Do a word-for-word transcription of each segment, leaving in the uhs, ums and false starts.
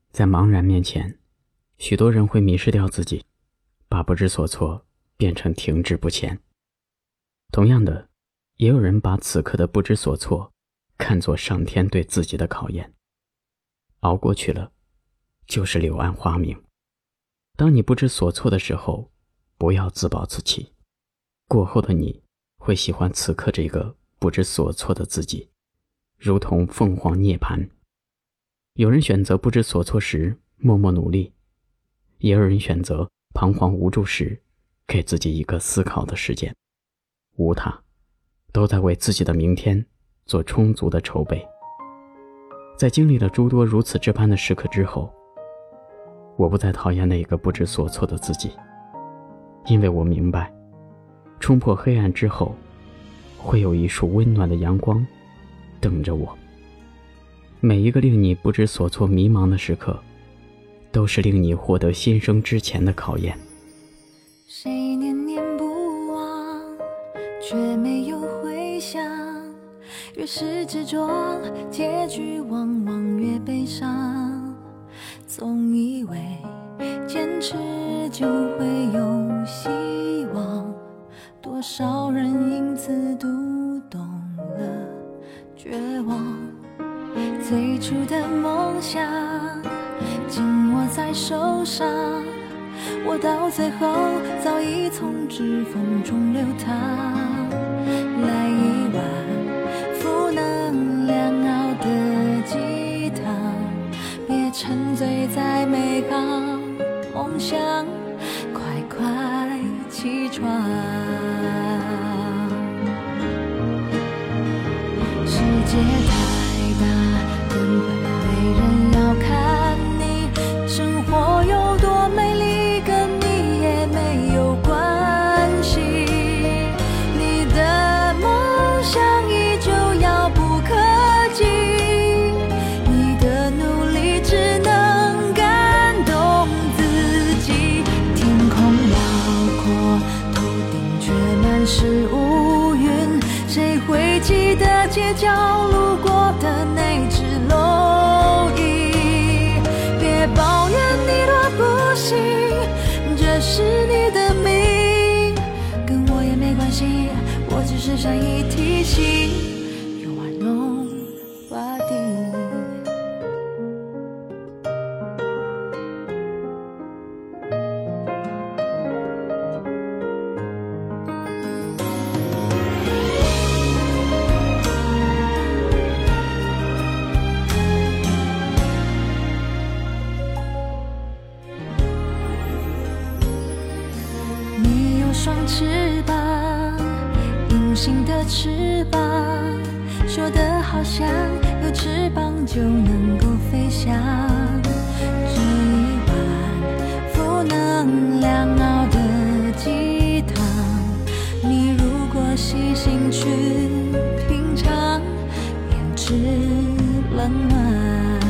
在茫然面前，许多人会迷失掉自己，把不知所措变成停滞不前。同样的，也有人把此刻的不知所措看作上天对自己的考验。熬过去了，就是柳暗花明。当你不知所措的时候，不要自暴自弃。过后的你会喜欢此刻这个不知所措的自己，如同凤凰涅槃。有人选择不知所措时默默努力，也有人选择彷徨无助时给自己一个思考的时间。无他，都在为自己的明天做充足的筹备。在经历了诸多如此这般的时刻之后，我不再讨厌那个不知所措的自己，因为我明白，冲破黑暗之后，会有一束温暖的阳光等着我。每一个令你不知所措迷茫的时刻，都是令你获得新生之前的考验。 谁念念不忘，却没有回响，越是执着，结局往往越悲伤。总以为坚持就会有希望，多少人因此读懂了绝望。最初的梦想紧握在手上，我到最后早已从指缝中流淌。来一碗负能量熬的鸡汤，别沉醉在美好梦想，快快起床。世界太大，根本没人要看你，生活有多美丽跟你也没有关系。你的梦想依旧遥不可及，你的努力只能感动自己。天空辽阔，头顶却满是乌云，谁会记得街角路过的那只蝼蚁？别抱怨你若不行，这是你的命，跟我也没关系，我只是善意提醒。You are nobody。双翅膀，隐形的翅膀，说得好像有翅膀就能够飞翔。这一碗负能量熬的鸡汤，你如果细心去品尝，便知冷暖。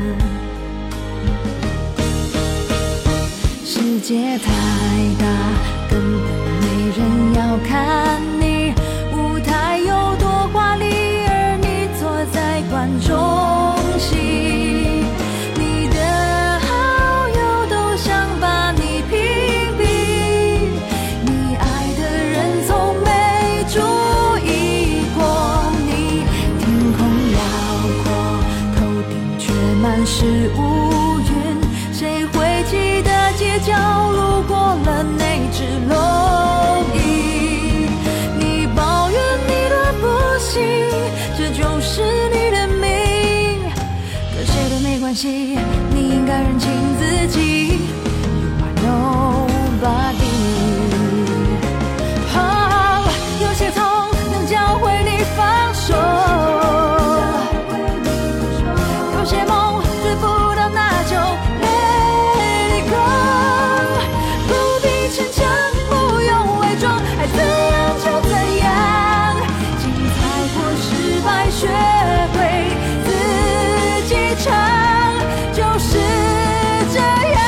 世界太大，根本没人要看你，舞台有多华丽，而你坐在观众席。你的好友都想把你屏蔽，你爱的人从没注意过你。天空辽阔，头顶却满是乌云，谁会记得街角路过了那只蝼蚁？你抱怨你的不幸，这就是你的命，跟谁都没关系，你应该认清自己。You are nobody。哦，有些痛能教会你放手，有些梦追不到那就 let it go。不必逞强，不用伪装，爱怎样就怎样。精彩或失败，学会自己唱，就是这样。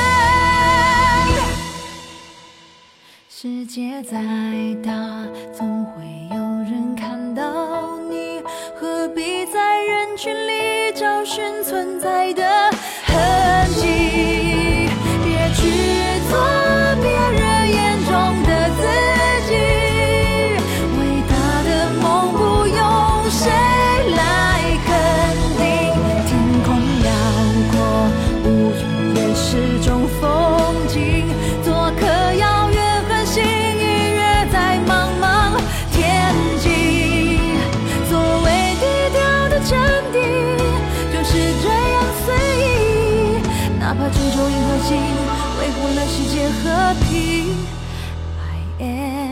世界再大，总会有人看到你，何必在人群里找寻存在的痕迹？ 心，维护了世界和平。I am